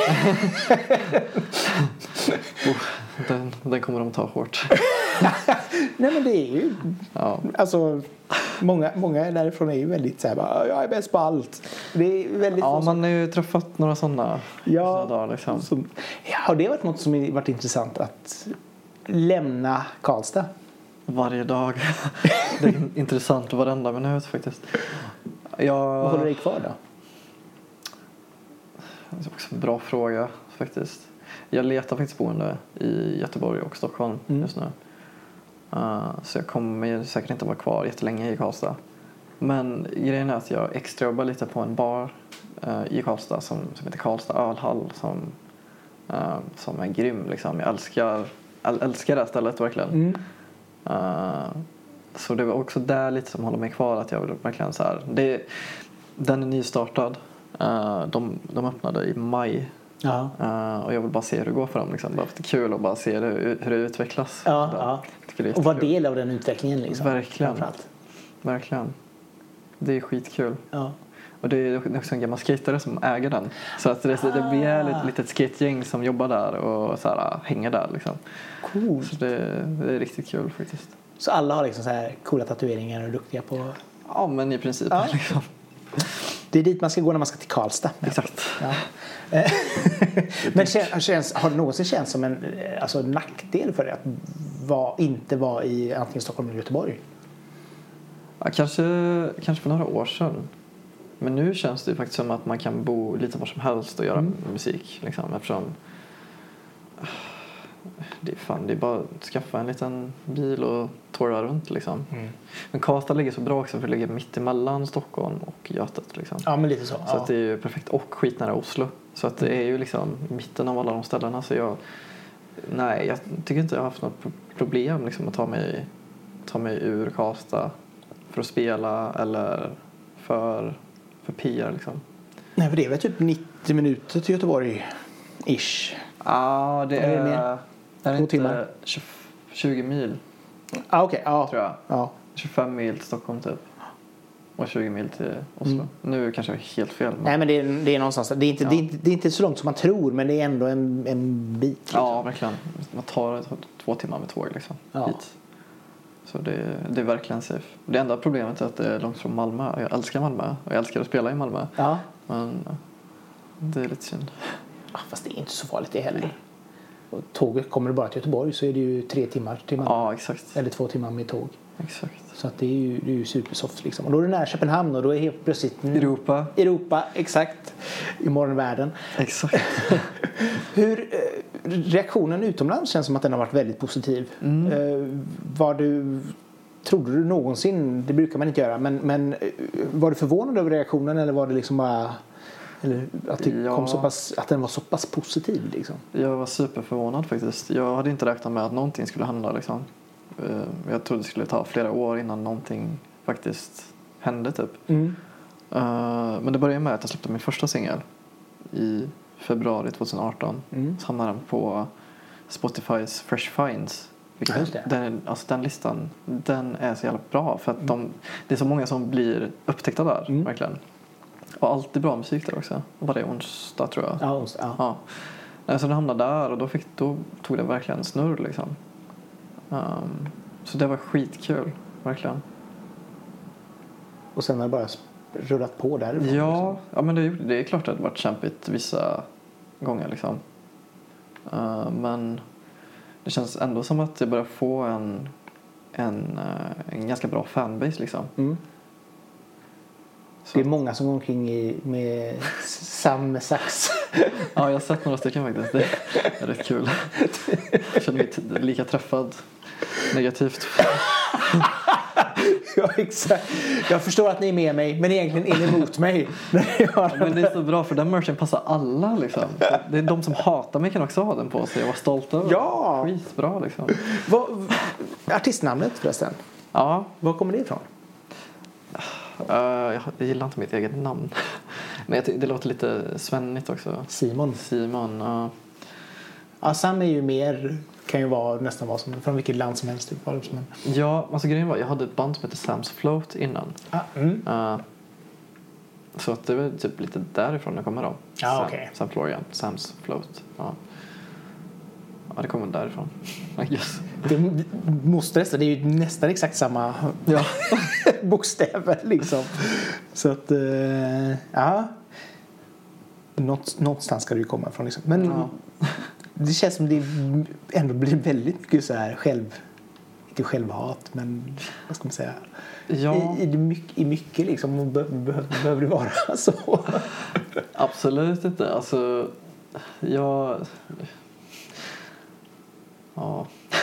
oh, den, den kommer de ta hårt. Nej men det är ju ja. Alltså många, många därifrån är ju väldigt så här, bara, jag är bäst på allt. Det är väldigt ja man har ju träffat några sådana ja, dagar liksom. Som, ja, har det varit något som har varit intressant att lämna Karlstad? Varje dag. Det är intressant varenda minut faktiskt. Jag... Vad håller dig kvar då? Det är också en bra fråga faktiskt. Jag letar faktiskt boende i Göteborg och Stockholm mm. just nu. Uh, så jag kommer säkert inte vara kvar jättelänge i Karlstad. Men grejen är att jag extrajobbar lite på en bar uh, i Karlstad som, som heter Karlstad Ölhall som, uh, som är grym liksom. Jag älskar, äl, älskar det här stället verkligen. Mm. Uh, så det var också där lite som håller mig kvar att jag vill verkligen så här. Det, den är nystartad. Uh, de, de öppnade i maj. Ja. Uh, och jag vill bara se hur det går för dem liksom. Bara för det är kul att bara se det, hur det utvecklas. Ja, ja. Det och vara del av den utvecklingen liksom. Verkligen. Verkligen. Det är skitkul. Ja. Och det är också en gammal skatare som äger den. Så att det, det blir ett litet skategäng som jobbar där och så här, hänger där liksom. Cool. Så det, det är riktigt kul faktiskt. Så alla har liksom så här coola tatueringar och är duktiga på... Ja, men i princip ja. liksom. Det är dit man ska gå när man ska till Karlstad. Exakt. Ja. Men känns, har det någonsin känts som en alltså, nackdel för dig att var, inte vara i antingen Stockholm eller Göteborg? Ja, kanske, kanske för några år sedan. Men nu känns det ju faktiskt som att man kan bo lite var som helst och göra mm. musik. Liksom, eftersom det är, fan, det är bara att skaffa en liten bil och torra runt. Liksom. Mm. Men Karlstad ligger så bra också för det ligger mitt emellan Stockholm och Götet. Liksom. Ja, men lite så. Så ja. att det är ju perfekt och skitnära Oslo. Så att det är ju liksom i mitten av alla de ställena. Så jag, nej, jag tycker inte jag har haft något problem liksom, att ta mig, ta mig ur Karlstad för att spela eller för, för P R. Liksom. Nej, för det är väl typ nittio minuter till Göteborg-ish. Ja, det är, är, det är inte tjugo mil. Ah, okej. Okay. Ja. Tror jag. Ja. tjugofem mil till Stockholm typ. Och tjugo mil till Oslo. Mm. Nu kanske jag är helt fel. Men... Nej, men det är, det är någonstans. Det är, inte, ja. det, är inte, det är inte så långt som man tror, men det är ändå en, en bit. Liksom. Ja, verkligen. Man tar två timmar med tåg liksom. Ja. Hit. Så det, det är verkligen safe. Det enda problemet är att det är långt från Malmö. Jag älskar Malmö och jag älskar att spela i Malmö. Ja. Men det är lite synd. Ja, fast det är inte så farligt det heller. Och tåget kommer bara till Göteborg så är det ju tre timmar till Malmö. Ja, exakt. Eller två timmar med tåg. Exakt. Så att det är ju, det är ju supersoft liksom. Och då är det nära Köpenhamn och då är helt plötsligt... Europa. Europa, exakt. I morgonvärlden. Exakt. Hur reaktionen utomlands känns som att den har varit väldigt positiv. Mm. Uh, var du... Trodde du någonsin, det brukar man inte göra, men, men var du förvånad över reaktionen eller var det liksom bara... Eller att, det ja. kom så pass, att den var så pass positiv liksom? Jag var superförvånad faktiskt. Jag hade inte räknat med att någonting skulle hända liksom. Jag trodde det skulle ta flera år innan någonting faktiskt hände typ. Mm. Men det började med att jag släppte min första singel i februari tjugoarton. Mm. Så hamnade den på Spotifys Fresh Finds. Just det. Den, alltså den listan, den är så jävla bra för att mm. de, det är så många som blir upptäckta där, mm. verkligen. Och alltid bra musik där också. Var det onsdag tror jag. Ja, onsdag. Ja. Ja. Så den hamnade där och då, fick, då tog det verkligen snurr liksom. Um, så det var skitkul, verkligen. Och sen har det bara rullat på där. Ja, liksom. Ja men det, det är klart att det har varit kämpigt vissa gånger liksom. Uh, men det känns ändå som att jag börjar få en, en, uh, en ganska bra fanbase liksom. Mm. Det är många som går omkring i, med samma sax. Ja, jag har sett några stycken faktiskt. Det är rätt kul. Jag känner mig t- lika träffad negativt. Ja, exakt. Jag förstår att ni är med mig, men egentligen är ni emot mig. Ja, men det är så bra för den merchen passar alla liksom. Det är de som hatar mig kan också ha den på sig. Jag var stolt över. Ja. Skitbra liksom. Vad, artistnamnet förresten? Ja. Var kommer det ifrån? Uh, jag, jag gillar inte mitt eget namn. Men jag tycker det låter lite svennigt också. Simon. Simon, uh. Ja, Sam är ju mer, kan ju vara nästan vad som från vilket land som helst. Typ, som en... Ja, alltså grejen var jag hade ett band som heter Sam's Float innan. Ah, mm. uh, så att det var typ lite därifrån det kommer då. Ja, Sam, okej. Okay. Sam Florian, Sam's Float. Ja. Ja, det kommer därifrån. I guess. Det måste nästan, det är ju nästan exakt samma ja. bokstäver liksom. Så att, uh, ja. Något, någonstans ska det ju komma ifrån liksom. Men ja. Det känns som det ändå blir väldigt mycket så här själv, inte självhat, men vad ska man säga? Ja. I, i, det mycket, i mycket liksom, be, be, behöver det vara så. Absolut inte. Alltså, jag... Ja.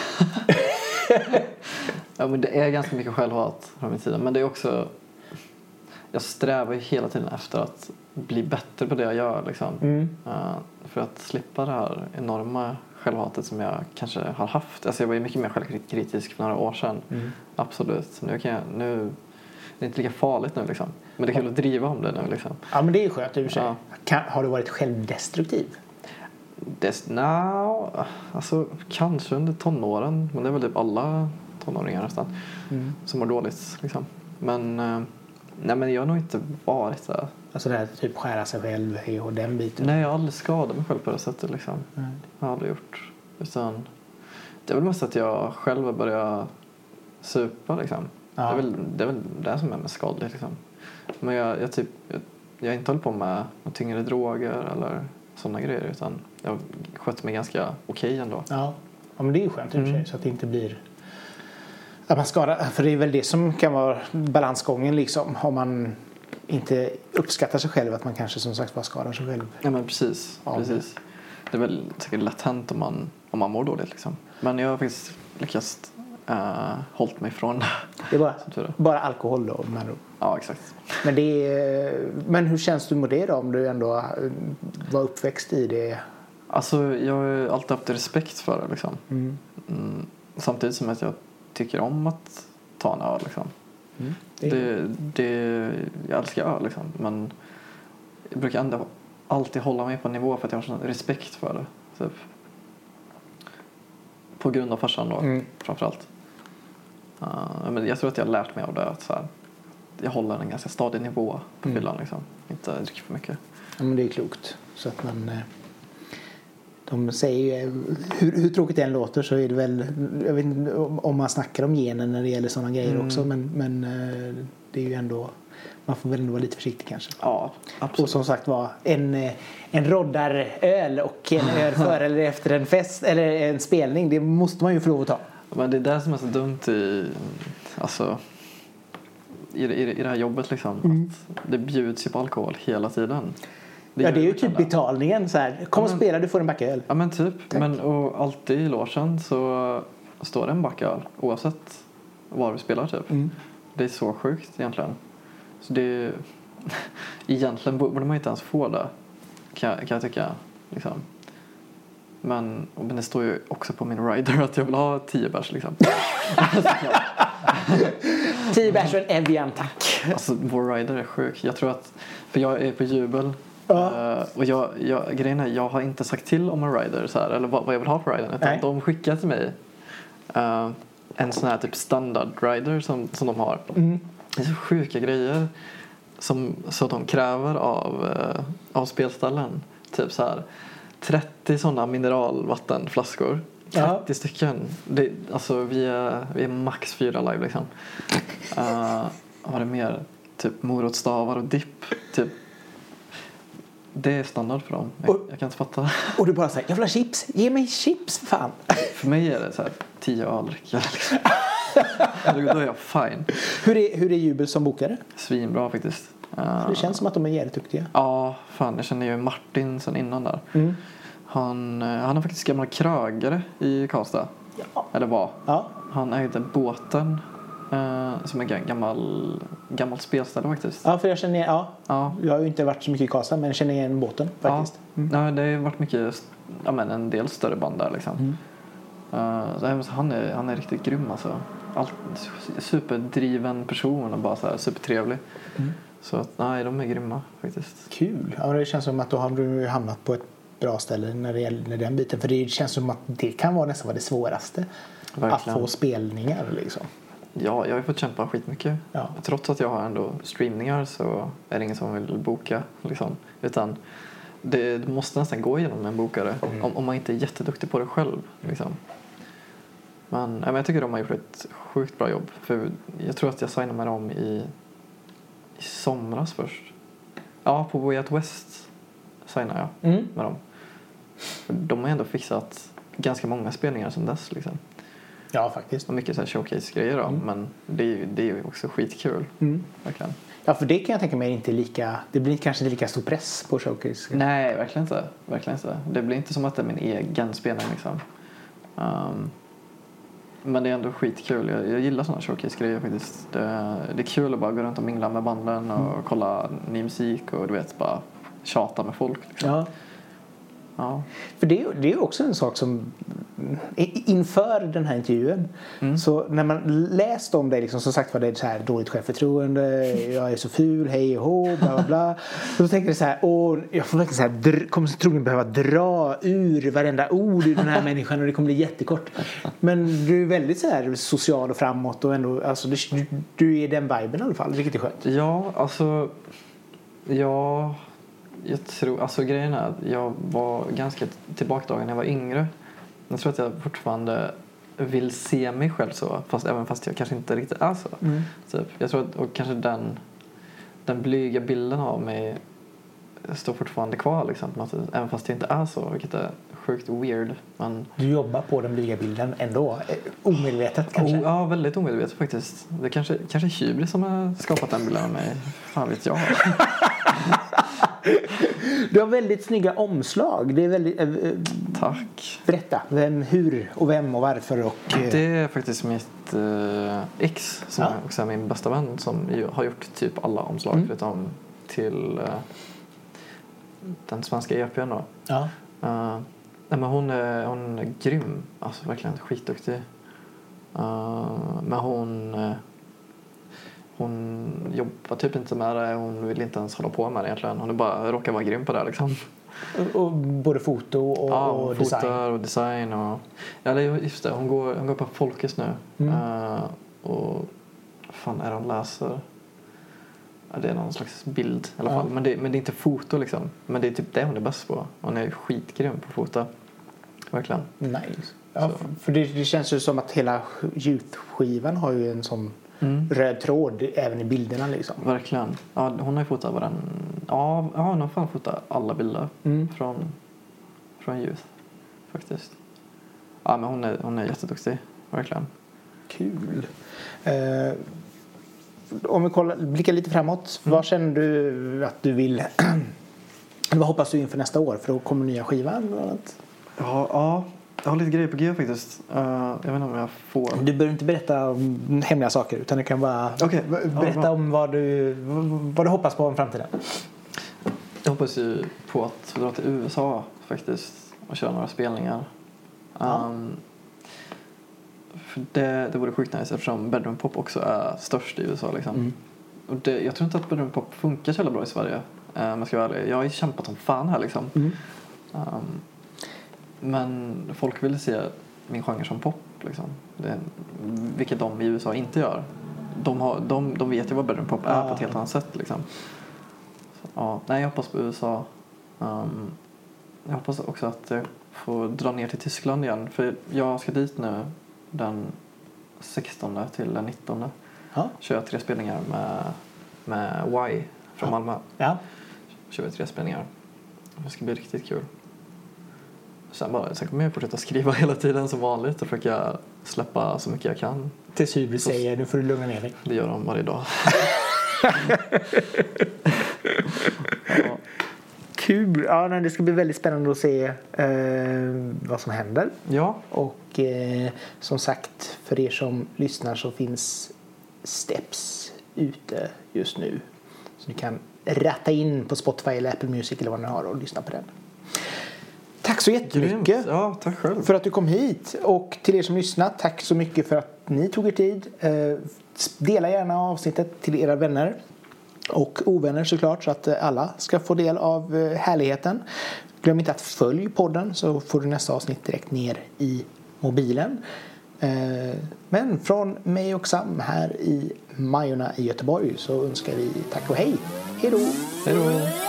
Ja, men det är ganska mycket självhat från min sida. Men det är också... Jag strävar ju hela tiden efter att bli bättre på det jag gör. Liksom. Mm. Uh, för att slippa det här enorma självhatet som jag kanske har haft. Alltså jag var ju mycket mer självkritisk för några år sedan. Mm. Absolut. Nu kan jag... Nu, det är inte lika farligt nu liksom. Men det är kul att driva om det nu liksom. Ja, men det är skönt i och för sig. Ja. Kan, har du varit självdestruktiv? Des, no, alltså kanske under tonåren. Men det är väl typ alla tonåringar nästan. Mm. Som mår dåligt liksom. Men... Uh, nej, men jag har nog inte varit där. Alltså det här typ skära sig själv och den biten. Nej, jag har aldrig skadat mig själv på det sättet liksom. Mm. Jag har aldrig gjort. Utan det är väl mest att jag själv har börjat supa liksom. Ja. Det är väl det är väl det som är mest skadligt liksom. Men jag jag typ jag, jag har inte hållit på med tyngre droger eller sådana grejer utan jag skötte mig ganska okej ändå. Ja. Ja, men det är ju skönt i och för sig, så att det inte blir att man skadar. För det är väl det som kan vara balansgången liksom. Om man inte uppskattar sig själv, att man kanske som sagt bara skadar sig själv. Ja, men precis. Ja. precis. Det är väl säkert lätt hänt om man, om man mår dåligt liksom. Men jag har faktiskt lyckats uh, hållit mig från det. Det är bara, bara alkohol då. Men, ja, exakt. Men, det är, men hur känns du med det då, om du ändå var uppväxt i det? Alltså, jag har alltid haft respekt för det liksom. Mm. Mm, samtidigt som att jag tycker om att ta en öl liksom. Mm. Det, det, det, jag älskar öl liksom. Men jag brukar ändå alltid hålla mig på en nivå för att jag har sån respekt för det. Typ. På grund av farsan då, mm. framförallt. Uh, men jag tror att jag har lärt mig av det. Att så här, jag håller en ganska stadig nivå på mm. fyllan liksom. Inte dricker för mycket. Ja, men det är klokt. Så att man... De säger ju, hur, hur tråkigt det än låter så är det väl, jag vet inte om man snackar om genen när det gäller sådana grejer mm. också, men, men det är ju ändå, man får väl ändå vara lite försiktig kanske. Ja, absolut. Och som sagt var, en, en roddaröl och en öl före eller efter en fest eller en spelning, det måste man ju få lov att ta. Men det är det som är så dumt i, alltså, i, i, i det här jobbet liksom, mm. att det bjuds ju på alkohol hela tiden. Det ja, det är ju typ betalningen så här. Kom och ja, spela, du får en backöl. Ja, men typ. Tack. Men och alltid i logen så står det en backöl oavsett var vi spelar typ. Mm. Det är så sjukt egentligen. Så det egentligen borde man inte ens få det, kan, kan jag tycka liksom. Men, men det står ju också på min rider att jag vill ha tio bärs liksom. tio bärs och en Evian, tack. Alltså vår rider är sjuk. Jag tror att, för jag är på Jubel. Uh, och jag, jag, grejen är, jag har inte sagt till om en rider så här, eller vad, vad jag vill ha på ridern, utan Nej. de skickar till mig uh, en sån här typ standard rider som, som de har. Mm. Det är så sjuka grejer som så de kräver av, uh, av spelställen. Typ så här trettio sådana mineralvattenflaskor. trettio ja. stycken. Det, alltså vi är, vi är max fyra live liksom. Uh, vad är det mer? Typ morotstavar och dipp. Typ. Det är standard för dem. Jag, och, jag kan inte fatta. Och du bara säger, jag vill ha chips. Ge mig chips, fan. För mig är det så här tio ölryckar liksom. Då är jag fine. Hur är, hur är Jubel som bokare? Svinbra faktiskt. Uh, det känns som att de är jävligt duktiga. Ja, fan. Jag känner ju Martin sen innan där. Mm. Han, han är faktiskt gammal krögare i Karlstad. Ja. Eller var. Ja. Han ägde båten. Uh, som är gammal gammal spelställe faktiskt. Ja, för jag känner ja, ja. Jag har ju inte varit så mycket i Karlstad, men jag känner igen båten faktiskt. Ja, mm. ja det har varit mycket, ja men en del större band där liksom. Mm. Uh, så han är han är riktigt grym alltså. Allt, superdriven person och bara så här supertrevlig. Mm. Så att nej, de är grymma faktiskt. Kul. Ja, det känns som att då har du hamnat på ett bra ställe när det gäller den biten, för det känns som att det kan vara nästan vara det svåraste. Verkligen. Att få spelningar liksom. Ja, jag har fått kämpa skitmycket. Ja. Trots att jag har ändå streamningar så är det ingen som vill boka. Liksom. Utan det, det måste nästan gå igenom en bokare. Mm. Om, om man inte är jätteduktig på det själv. Liksom. Men, ja, men jag tycker de har gjort ett sjukt bra jobb. För jag tror att jag signade med dem i, i somras först. Ja, på Way Out West signade jag mm. med dem. För de har ändå fixat ganska många spelningar sedan dess. Liksom. Ja, faktiskt. Och mycket så här showcase-grejer då. Mm. Men det är, ju, det är ju också skitkul. Mm. Verkligen. Ja, för det kan jag tänka mig inte lika... Det blir kanske inte lika stor press på showcase. Nej, verkligen inte. Verkligen inte. Det blir inte som att det är min egen spelning liksom. Um, men det är ändå skitkul. Jag, jag gillar sådana showcase-grejer faktiskt. Det, det är kul att bara gå runt och mingla med banden och mm. kolla ny musik och du vet, bara tjata med folk liksom. Ja. Ja. För det, det är också en sak som inför den här intervjun mm. så när man läst om det liksom, som sagt var det så här dåligt självförtroende, jag är så ful, hej och hå, bla bla bla. Så tänkte jag så här, åh, jag får verkligen så här, dr- kommer så troligen behöva dra ur varenda ord ur den här människan och det kommer bli jättekort. Men du är väldigt så här social och framåt och ändå, alltså du, du är den viben i alla fall, vilket är skönt. Ja, alltså ja, jag tror, alltså grejen är att jag var ganska tillbakadragen när jag var yngre. Jag tror att jag fortfarande vill se mig själv så, fast även fast jag kanske inte riktigt är så. Mm. Typ. Jag tror att och kanske den den blyga bilden av mig står fortfarande kvar liksom, även fast det inte är så, vilket är sjukt weird. Men... Du jobbar på den blyga bilden ändå, omedvetet kanske? Oh, ja, väldigt omedvetet faktiskt. Det kanske, kanske Hybris som har skapat den bilden av mig. Fan vet jag. Du har väldigt snygga omslag. Det är väldigt... Äh, Tack. Berätta, vem, hur och vem och varför och... Äh... Det är faktiskt mitt äh, ex som ja. är också är min bästa vän som ju, har gjort typ alla omslag mm. förutom till äh, den svenska E P:n då. Ja. Uh, nej, men hon är, hon är grym. Alltså verkligen skitduktig. Uh, men hon... Uh, Hon jobbar typ inte med det. Hon vill inte ens hålla på med det egentligen. Hon är bara råkar vara grym på det liksom. Och både foto och, ja, och design. fotar och design. Och, ja, just det. Hon går, hon går på Folkes nu. Mm. Uh, och vad fan är det hon läser? Ja, det är någon slags bild i alla fall. Ja. Men, det, men det är inte foto liksom. Men det är typ det hon är bäst på. Hon är skitgrym på foto. Verkligen. Nice. Ja, för, för det, det känns ju som att hela Youth-skivan har ju en sån mm. röd tråd även i bilderna liksom. Verkligen. Ja, hon har ju fotat den. Ja, ja, hon har fan fotat alla bilder mm. från från Youth faktiskt. Ja, men hon är hon är jätteduktig, verkligen. Kul. Eh, om vi kollar blickar lite framåt, mm. vad känner du att du vill vad hoppas du inför nästa år, för då kommer nya skivan eller något? Ja, ja. Jag har lite grejer på G faktiskt. Uh, jag vet inte om jag får... Du behöver inte berätta om hemliga saker, utan du kan bara okay. berätta ja, om vad du, vad du hoppas på om framtiden. Jag hoppas ju på att dra till U S A faktiskt och köra några spelningar. Ja. Um, för det, det vore sjukt nice eftersom bedroom pop också är störst i U S A liksom. Mm. Och det, jag tror inte att bedroom pop funkar så bra i Sverige. Uh, om jag ska vara ärlig. Jag har ju kämpat som fan här liksom. Mm. Um, Men folk vill se min genre som pop liksom. Det, vilket de i U S A inte gör. De, har, de, de vet ju vad bedroom pop är ja. på ett helt annat sätt liksom. Så, ja, nej, jag hoppas på U S A. Um, jag hoppas också att jag får dra ner till Tyskland igen. För jag ska dit nu den sextonde till den nittonde. Ja. Kör jag tre spelningar med, med Y från ja. Malmö. Ja. Kör jag tre spelningar. Det ska bli riktigt kul. Sen, bara, sen kommer jag fortsätta skriva hela tiden som vanligt och försöka släppa så mycket jag kan. Tills Hybris säger, nu får du lugna ner dig. Det gör de varje dag. ja. Kul. Ja, det ska bli väldigt spännande att se eh, vad som händer. Ja. Och eh, som sagt, för er som lyssnar så finns Steps ute just nu. Så ni kan ratta in på Spotify eller Apple Music eller vad ni har och lyssna på den. Tack så jättemycket ja, tack själv. för att du kom hit. Och till er som lyssnat, tack så mycket för att ni tog er tid. Dela gärna avsnittet till era vänner och ovänner såklart, så att alla ska få del av härligheten. Glöm inte att följ podden, så får du nästa avsnitt direkt ner i mobilen. Men från mig och Sam här i Majorna i Göteborg så önskar vi tack och hej. Hej då! Hej då!